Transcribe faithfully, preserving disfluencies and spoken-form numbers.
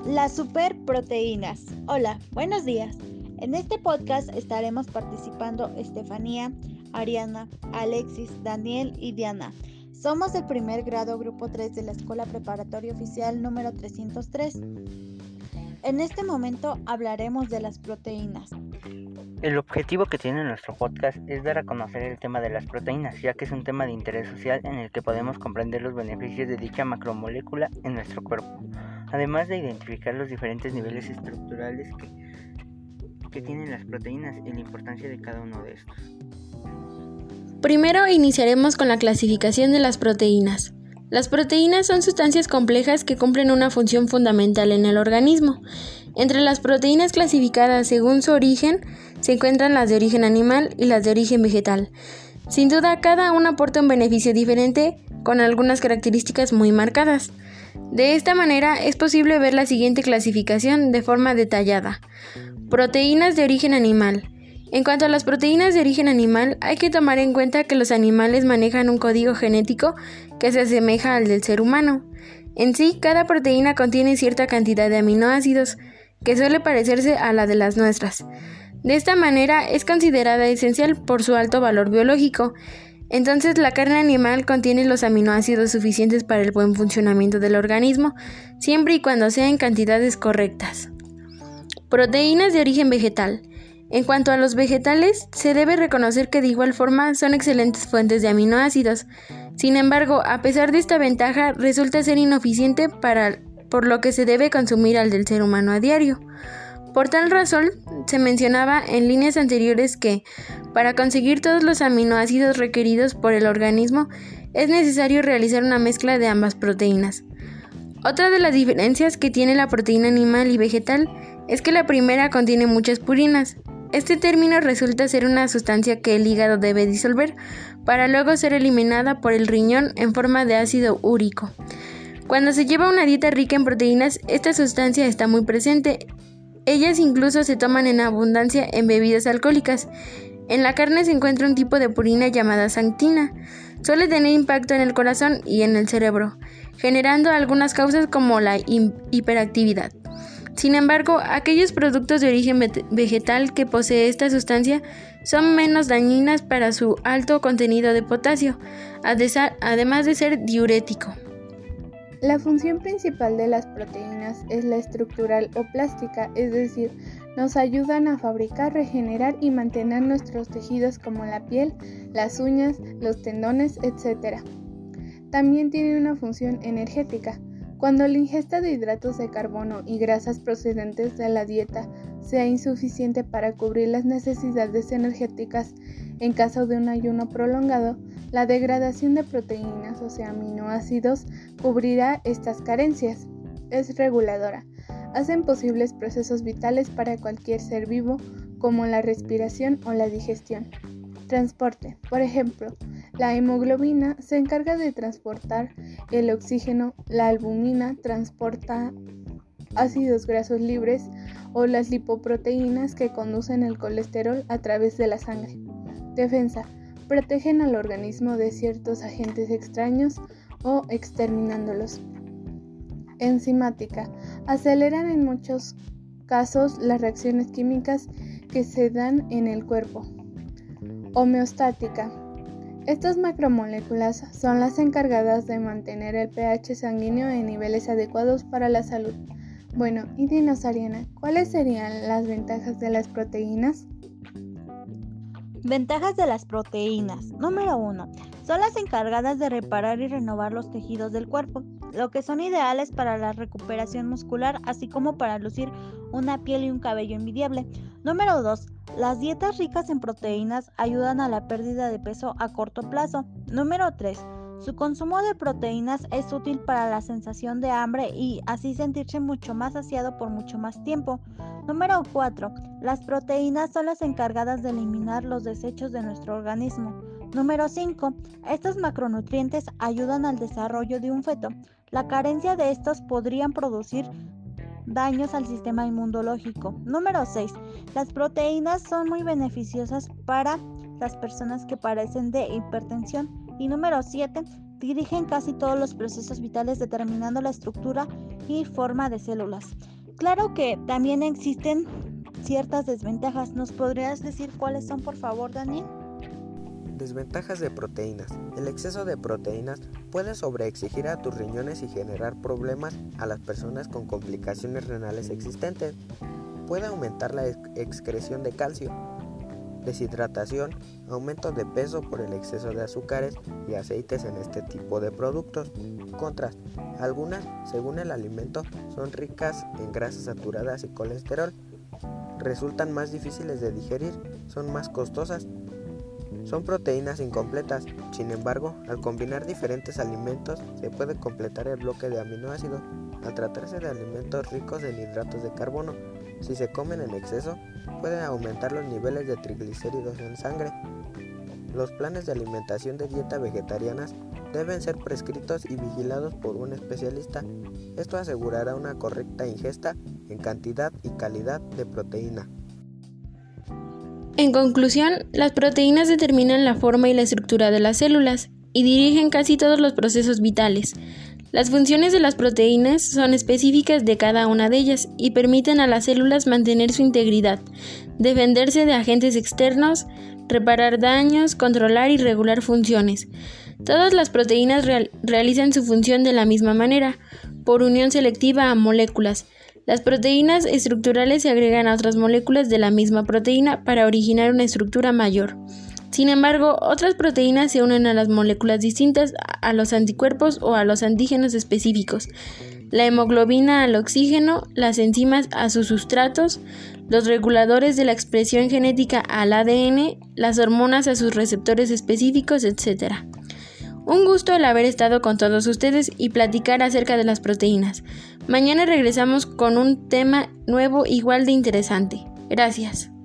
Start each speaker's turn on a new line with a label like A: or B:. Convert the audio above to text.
A: Las superproteínas. Hola, buenos días. En este podcast estaremos participando Estefanía, Ariana, Alexis, Daniel y Diana. Somos del primer grado grupo tres de la Escuela Preparatoria Oficial número trescientos tres. En este momento hablaremos de las proteínas.
B: El objetivo que tiene nuestro podcast es dar a conocer el tema de las proteínas, ya que es un tema de interés social en el que podemos comprender los beneficios de dicha macromolécula en nuestro cuerpo, además de identificar los diferentes niveles estructurales que, que tienen las proteínas y la importancia de cada uno de estos.
C: Primero iniciaremos con la clasificación de las proteínas. Las proteínas son sustancias complejas que cumplen una función fundamental en el organismo. Entre las proteínas clasificadas según su origen, se encuentran las de origen animal y las de origen vegetal. Sin duda, cada una aporta un beneficio diferente, con algunas características muy marcadas. De esta manera, es posible ver la siguiente clasificación de forma detallada. Proteínas de origen animal. En cuanto a las proteínas de origen animal, hay que tomar en cuenta que los animales manejan un código genético que se asemeja al del ser humano. En sí, cada proteína contiene cierta cantidad de aminoácidos, que suele parecerse a la de las nuestras. De esta manera, es considerada esencial por su alto valor biológico. Entonces, la carne animal contiene los aminoácidos suficientes para el buen funcionamiento del organismo, siempre y cuando sea en cantidades correctas. Proteínas de origen vegetal. En cuanto a los vegetales, se debe reconocer que de igual forma son excelentes fuentes de aminoácidos. Sin embargo, a pesar de esta ventaja, resulta ser ineficiente para, por lo que se debe consumir al del ser humano a diario. Por tal razón, se mencionaba en líneas anteriores que, para conseguir todos los aminoácidos requeridos por el organismo, es necesario realizar una mezcla de ambas proteínas. Otra de las diferencias que tiene la proteína animal y vegetal es que la primera contiene muchas purinas. Este término resulta ser una sustancia que el hígado debe disolver para luego ser eliminada por el riñón en forma de ácido úrico. Cuando se lleva una dieta rica en proteínas, esta sustancia está muy presente. Ellas incluso se toman en abundancia en bebidas alcohólicas. En la carne se encuentra un tipo de purina llamada xantina. Suele tener impacto en el corazón y en el cerebro, generando algunas causas como la hiperactividad. Sin embargo, aquellos productos de origen vegetal que posee esta sustancia son menos dañinas para su alto contenido de potasio, además de ser diurético.
D: La función principal de las proteínas es la estructural o plástica, es decir, nos ayudan a fabricar, regenerar y mantener nuestros tejidos como la piel, las uñas, los tendones, etcétera. También tienen una función energética. Cuando la ingesta de hidratos de carbono y grasas procedentes de la dieta sea insuficiente para cubrir las necesidades energéticas en caso de un ayuno prolongado, la degradación de proteínas, o sea, aminoácidos, cubrirá estas carencias. Es reguladora. Hacen posibles procesos vitales para cualquier ser vivo, como la respiración o la digestión. Transporte. Por ejemplo, la hemoglobina se encarga de transportar el oxígeno, la albumina transporta ácidos grasos libres o las lipoproteínas que conducen el colesterol a través de la sangre. Defensa. Protegen al organismo de ciertos agentes extraños o exterminándolos. Enzimática. Aceleran en muchos casos las reacciones químicas que se dan en el cuerpo. Homeostática. Estas macromoléculas son las encargadas de mantener el pH sanguíneo en niveles adecuados para la salud. Bueno, y dinos, Ariana, ¿cuáles serían las ventajas de las proteínas?
A: Ventajas de las proteínas. Número uno. Son las encargadas de reparar y renovar los tejidos del cuerpo, lo que son ideales para la recuperación muscular, así como para lucir una piel y un cabello envidiable. Número dos. Las dietas ricas en proteínas ayudan a la pérdida de peso a corto plazo. Número tres. Su consumo de proteínas es útil para la sensación de hambre y así sentirse mucho más saciado por mucho más tiempo. Número cuatro. Las proteínas son las encargadas de eliminar los desechos de nuestro organismo. Número cinco. Estos macronutrientes ayudan al desarrollo de un feto. La carencia de estos podrían producir daños al sistema inmunológico. Número seis. Las proteínas son muy beneficiosas para las personas que padecen de hipertensión. Y número siete. Dirigen casi todos los procesos vitales determinando la estructura y forma de células. Claro que también existen ciertas desventajas. ¿Nos podrías decir cuáles son, por favor, Daniel?
E: Desventajas de proteínas. El exceso de proteínas puede sobreexigir a tus riñones y generar problemas a las personas con complicaciones renales existentes. Puede aumentar la excreción de calcio, deshidratación, aumento de peso por el exceso de azúcares y aceites en este tipo de productos. Contras. Algunas, según el alimento, son ricas en grasas saturadas y colesterol. Resultan más difíciles de digerir, son más costosas. Son proteínas incompletas. Sin embargo, al combinar diferentes alimentos se puede completar el bloque de aminoácidos. Al tratarse de alimentos ricos en hidratos de carbono, si se comen en exceso, pueden aumentar los niveles de triglicéridos en sangre. Los planes de alimentación de dieta vegetarianas deben ser prescritos y vigilados por un especialista. Esto asegurará una correcta ingesta en cantidad y calidad de proteína.
C: En conclusión, las proteínas determinan la forma y la estructura de las células y dirigen casi todos los procesos vitales. Las funciones de las proteínas son específicas de cada una de ellas y permiten a las células mantener su integridad, defenderse de agentes externos, reparar daños, controlar y regular funciones. Todas las proteínas real- realizan su función de la misma manera, por unión selectiva a moléculas. Las proteínas estructurales se agregan a otras moléculas de la misma proteína para originar una estructura mayor. Sin embargo, otras proteínas se unen a las moléculas distintas, a los anticuerpos o a los antígenos específicos. La hemoglobina al oxígeno, las enzimas a sus sustratos, los reguladores de la expresión genética al A D N, las hormonas a sus receptores específicos, etcétera. Un gusto el haber estado con todos ustedes y platicar acerca de las proteínas. Mañana regresamos con un tema nuevo igual de interesante. Gracias.